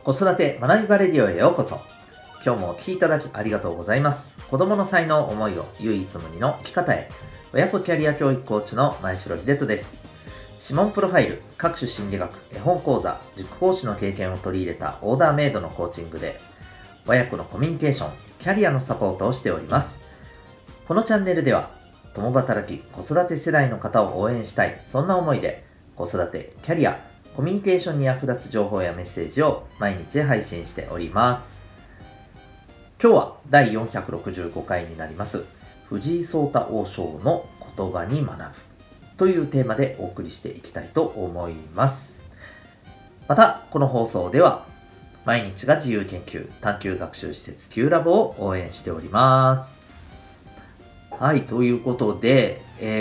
子育て学びバレディオへようこそ。今日もお聞きいただきありがとうございます。子供の才能、思いを唯一無二の生き方へ。親子キャリア教育コーチの前城秀人です。指紋プロファイル、各種心理学、絵本講座、塾講師の経験を取り入れたオーダーメイドのコーチングで、親子のコミュニケーション、キャリアのサポートをしております。このチャンネルでは、共働き、子育て世代の方を応援したい、そんな思いで、子育て、キャリア、コミュニケーションに役立つ情報やメッセージを毎日配信しております。今日は第465回になります。藤井聡太王将の言葉に学ぶというテーマでお送りしていきたいと思います。また、この放送では毎日が自由研究探究学習施設 Q ラボを応援しております。はい、ということで、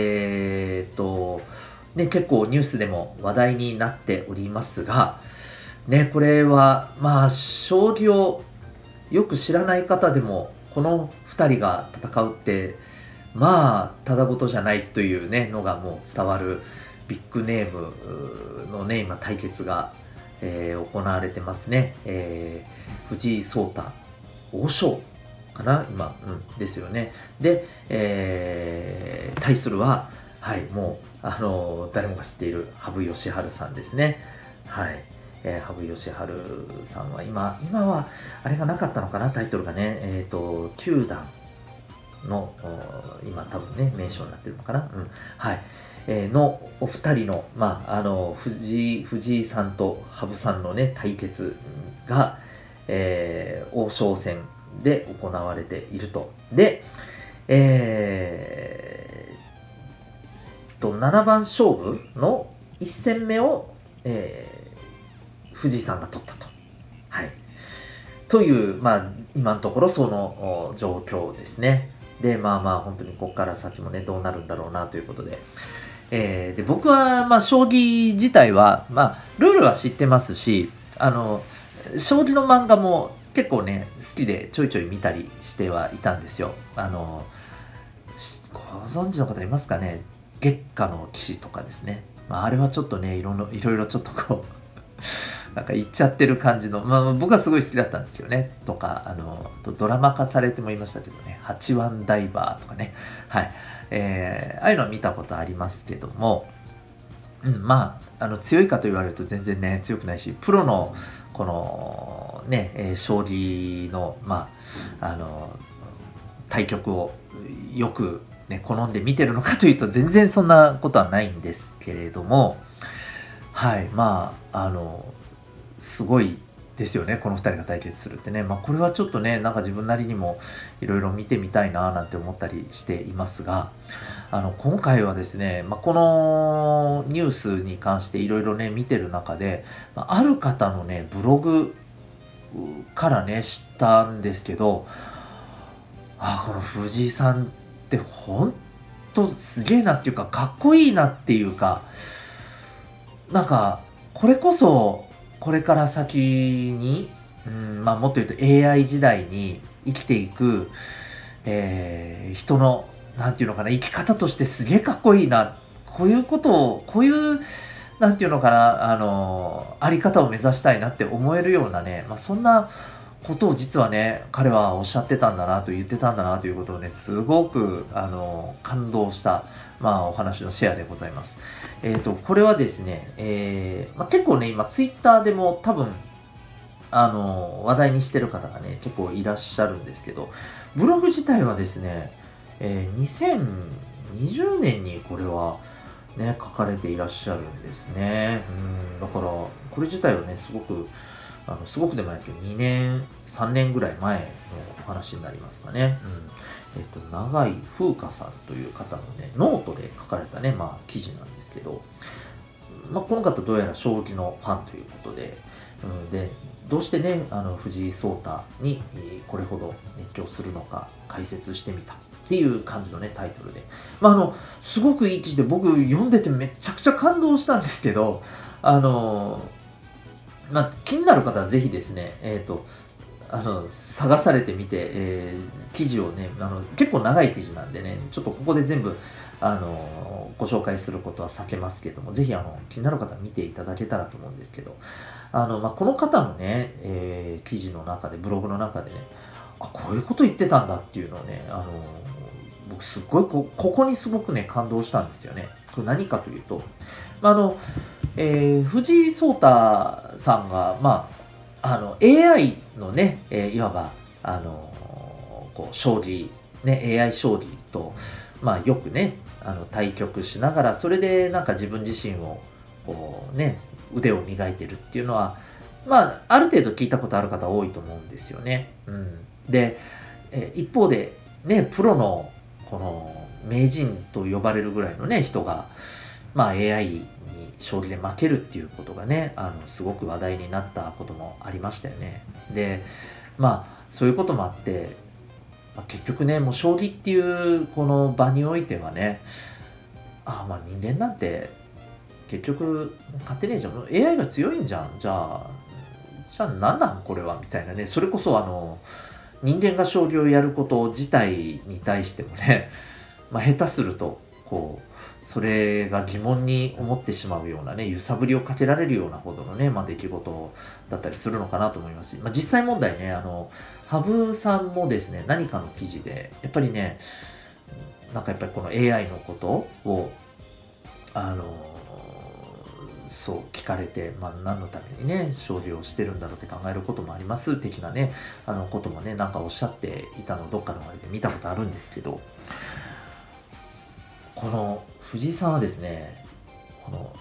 結構ニュースでも話題になっておりますが、これは、将棋をよく知らない方でも、この2人が戦うって、ただごとじゃないというのがもう伝わるビッグネームの今対決が、行われてますね。藤井聡太王将かな今、ですよね。で、対するは、もう、誰もが知っている羽生善治さんですね。羽生善治さんは今は、あれがなかったのかな、タイトルがね、9段の、今多分ね、名称になってるのかな。のお二人の、藤井さんと羽生さんのね、対決が、王将戦で行われていると。で、7番勝負の1戦目を、藤井さんが取ったと。という、今のところその状況ですね。で、本当にここから先もね、どうなるんだろうなということで。で僕は、将棋自体は、ルールは知ってますし、将棋の漫画も結構ね、好きでちょいちょい見たりしてはいたんですよ。ご存知の方いますかね？月下の騎士とかですね。あれはちょっとね、いろいろちょっとこう、なんか言っちゃってる感じの、僕はすごい好きだったんですけどね。とか、ドラマ化されてもいましたけどね、八腕ダイバーとかね。ああいうのは見たことありますけども、強いかと言われると全然ね、強くないし、プロの、この、将棋の、対局をよく、好んで見てるのかというと、全然そんなことはないんですけれども、すごいですよね、この2人が対決するってね。これはちょっとね、なんか自分なりにもいろいろ見てみたいななんて思ったりしていますが、今回はですね、このニュースに関していろいろね、見てる中で、ある方のね、ブログからね、知ったんですけど、この藤井さんってほんとすげえなっていうか、かっこいいなっていうか、なんか、これこそ、これから先に、もっと言うと AI 時代に生きていく、人の、なんていうのかな、生き方としてすげえかっこいいな。こういうことを、こういう、なんていうのかな、あり方を目指したいなって思えるようなね、そんなことを実はね、彼はおっしゃってたんだなと言ってたんだなということをね、すごく、感動した、お話のシェアでございます。これはですね、結構ね、今、ツイッターでも多分、話題にしてる方がね、結構いらっしゃるんですけど、ブログ自体はですね、2020年にこれは、ね、書かれていらっしゃるんですね。だから、これ自体はね、すごくでもないけど、2年、3年ぐらい前のお話になりますかね。長井風花さんという方のね、ノートで書かれたね、記事なんですけど、この方どうやら将棋のファンということで、で、どうしてね、藤井聡太にこれほど熱狂するのか解説してみたっていう感じのね、タイトルで。すごくいい記事で僕読んでてめちゃくちゃ感動したんですけど、気になる方はぜひですね、探されてみて、記事をね、結構長い記事なんでね、ちょっとここで全部ご紹介することは避けますけども、ぜひ気になる方は見ていただけたらと思うんですけど、この方のね、記事の中で、ブログの中でね、こういうこと言ってたんだっていうのをね、僕すっごいここにすごくね、感動したんですよね。これ何かというと、藤井聡太さんが、AI のね、いわば、将棋、ね、AI 将棋と、よくね、対局しながら、それでなんか自分自身を、腕を磨いてるっていうのは、ある程度聞いたことある方多いと思うんですよね。うん。で、一方で、ね、プロの、この、名人と呼ばれるぐらいのね、人が、AI に将棋で負けるっていうことがね、すごく話題になったこともありましたよね。で、そういうこともあって、結局ね、もう将棋っていうこの場においてはね、人間なんて結局勝てねえじゃん。AI が強いんじゃん。じゃあ何なんこれはみたいなね。それこそ人間が将棋をやること自体に対してもね、下手すると、それが疑問に思ってしまうようなね、揺さぶりをかけられるようなほどのね、出来事だったりするのかなと思いますし、実際問題ね、羽生さんもですね、何かの記事で、やっぱりね、なんかやっぱりこの AI のことを、そう聞かれて、何のためにね、将棋をしてるんだろうって考えることもあります的なね、こともね、なんかおっしゃっていたのをどっかのあれで見たことあるんですけど、この藤井さんはですね、この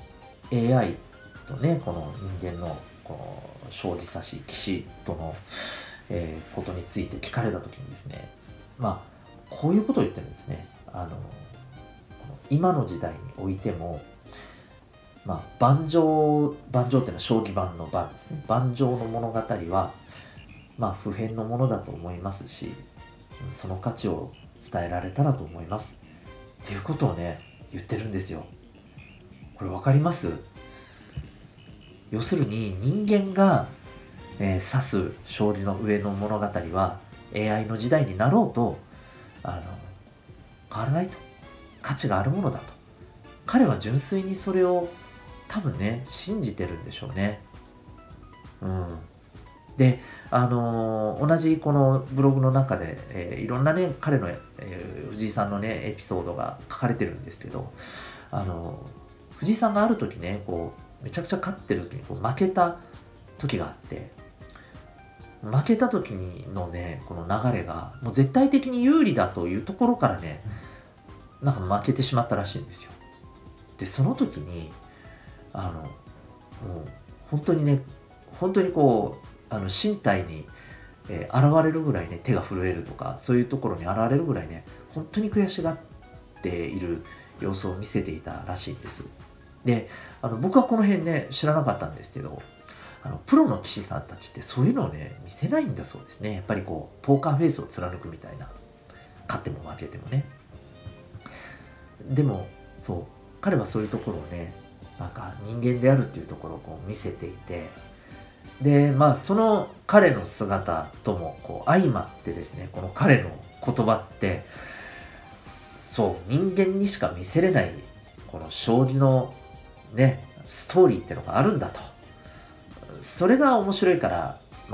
AI とね、この人間のこの将棋指し、棋士との、ことについて聞かれたときにですね、こういうことを言ってるんですね。この今の時代においても、盤上っていうのは将棋盤の盤ですね。盤上の物語は、普遍のものだと思いますし、その価値を伝えられたらと思います。っていうことをね、言ってるんですよ。これわかります？要するに人間が、指す将棋の上の物語は AI の時代になろうと変わらないと。価値があるものだと。彼は純粋にそれを多分ね、信じてるんでしょうね。うん。で、同じこのブログの中で、いろんなね、彼の、藤井さんのね、エピソードが書かれてるんですけど、藤井さんがある時ね、めちゃくちゃ勝ってる時に負けた時があって、負けた時のね、この流れが、もう絶対的に有利だというところからね、なんか負けてしまったらしいんですよ。で、その時に、もう、本当にね、本当に身体に、現れるぐらいね、手が震えるとか、そういうところに現れるぐらいね、本当に悔しがっている様子を見せていたらしいんです。で、僕はこの辺ね、知らなかったんですけど、プロの棋士さんたちってそういうのをね、見せないんだそうですね。やっぱりポーカーフェイスを貫くみたいな。勝っても負けてもね。でも、そう、彼はそういうところをね、なんか人間であるっていうところを見せていて、で、その彼の姿とも相まってですね、この彼の言葉って、そう、人間にしか見せれない、この将棋のね、ストーリーってのがあるんだと。それが面白いから、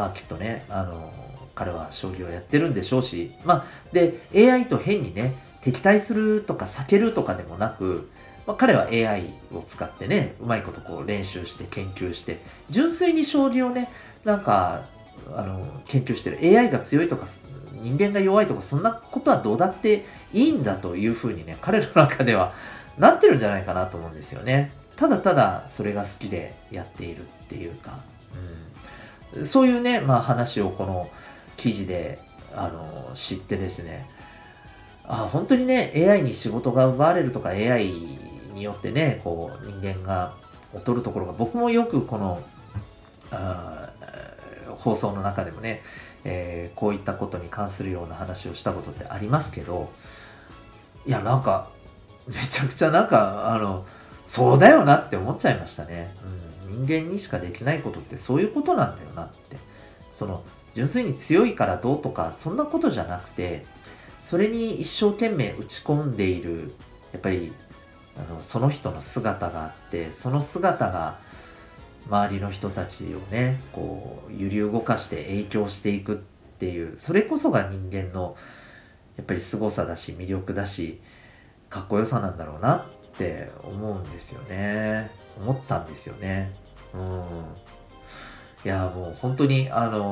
きっとね、彼は将棋をやってるんでしょうし、で、AI と変にね、敵対するとか避けるとかでもなく、彼は AI を使ってね、うまいこと練習して研究して、純粋に将棋をね、なんか、研究してる。AI が強いとか、人間が弱いとか、そんなことはどうだっていいんだというふうにね、彼の中ではなってるんじゃないかなと思うんですよね。ただただそれが好きでやっているっていうか、そういうね、話をこの記事で、知ってですね、本当にね、AI に仕事が奪われるとか、AI によってね、人間が劣るところが、僕もよくこの、放送の中でもね、こういったことに関するような話をしたことってありますけど、いや、なんか、めちゃくちゃなんか、そうだよなって思っちゃいましたね。人間にしかできないことってそういうことなんだよなって。純粋に強いからどうとか、そんなことじゃなくて、それに一生懸命打ち込んでいるやっぱりその人の姿があって、その姿が周りの人たちをね、こう揺り動かして影響していくっていう、それこそが人間のやっぱり凄さだし、魅力だし、かっこよさなんだろうなって思うんですよね。思ったんですよね。うん。いや、もう本当に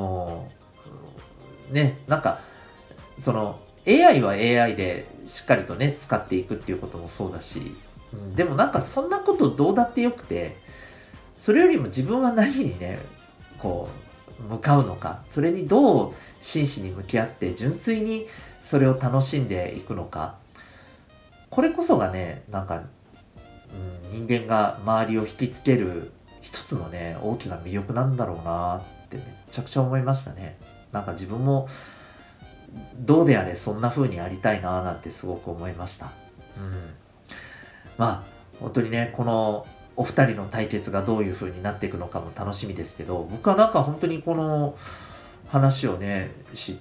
ね、なんか、その AI は AI でしっかりとね、使っていくっていうこともそうだし、うん、でもなんかそんなことどうだってよくて、それよりも自分は何にね、こう、向かうのか、それにどう真摯に向き合って純粋にそれを楽しんでいくのか、これこそがね、なんか、人間が周りを引きつける一つのね、大きな魅力なんだろうなってめっちゃくちゃ思いましたね。なんか自分もどうであれそんな風にありたいななんてすごく思いました。うん。まあ、本当にね、このお二人の対決がどういう風になっていくのかも楽しみですけど、僕はなんか本当にこの話をね、知って、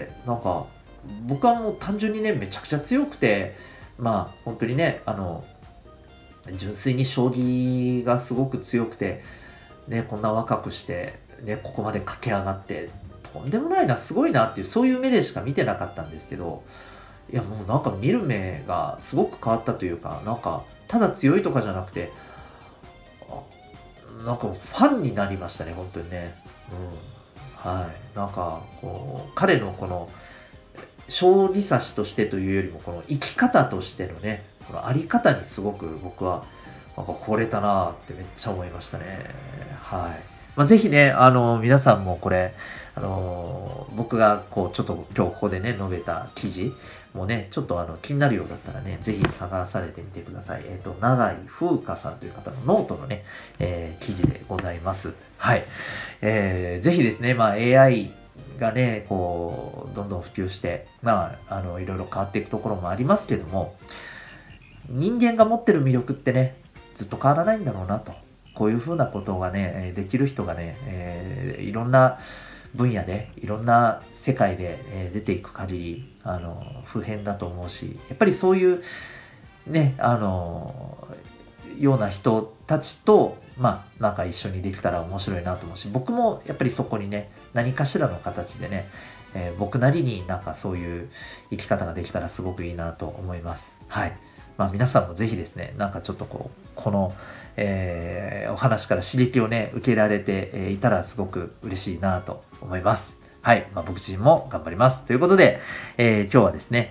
なんか、僕はもう単純にね、めちゃくちゃ強くて、まあ、本当にね、純粋に将棋がすごく強くて、ね、こんな若くして、ね、ここまで駆け上がって、とんでもないな、すごいなっていう、そういう目でしか見てなかったんですけど、いやもうなんか見る目がすごく変わったというか、なんか、ただ強いとかじゃなくて、なんかファンになりましたね、本当にね。うん。はい。なんか、こう、彼のこの、将棋指しとしてというよりも、この生き方としてのね、このあり方にすごく僕は、なんか惚れたなってめっちゃ思いましたね。はい。まあ、ぜひね、皆さんもこれ、僕がこう、ちょっと今日ここでね、述べた記事もね、ちょっと気になるようだったらね、ぜひ探されてみてください。永井風花さんという方のノートのね、記事でございます。はい。ぜひですね、まあ AI がね、こう、どんどん普及して、まあ、いろいろ変わっていくところもありますけども、人間が持ってる魅力ってね、ずっと変わらないんだろうなと。こういうふうなことがね、できる人がね、いろんな分野で、いろんな世界で、出ていく限り、不変だと思うし、やっぱりそういう、ね、ような人たちと、まあ、なんか一緒にできたら面白いなと思うし、僕もやっぱりそこにね、何かしらの形でね、僕なりになんかそういう生き方ができたらすごくいいなと思います。はい。まあ皆さんもぜひですね、なんかちょっとこう、この、お話から刺激をね、受けられていたらすごく嬉しいなと思います。はい。まあ僕自身も頑張ります。ということで、今日はですね、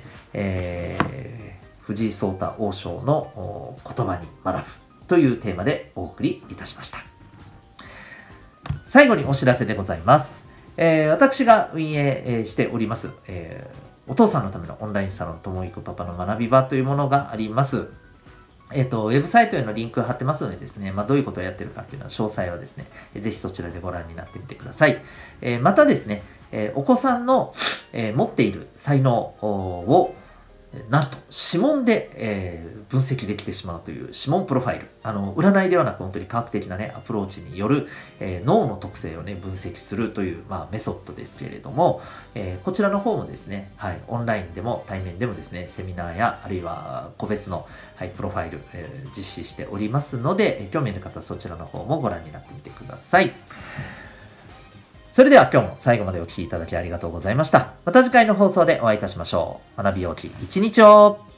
藤井聡太王将の言葉に学ぶというテーマでお送りいたしました。最後にお知らせでございます。私が運営しております、お父さんのためのオンラインサロンともいくパパの学び場というものがあります。ウェブサイトへのリンク貼ってますのでですね、まあ、どういうことをやってるかっていうのは詳細はですね、ぜひそちらでご覧になってみてください。またですね、お子さんの、持っている才能をなんと指紋で、分析できてしまうという指紋プロファイル。占いではなく本当に科学的なね、アプローチによる、脳の特性をね、分析するという、まあ、メソッドですけれども、こちらの方もですね、はい、オンラインでも対面でもですね、セミナーや、あるいは個別の、はい、プロファイル、実施しておりますので、興味ある方はそちらの方もご覧になってみてください。それでは今日も最後までお聞きいただきありがとうございました。また次回の放送でお会いいたしましょう。学びようき一日を。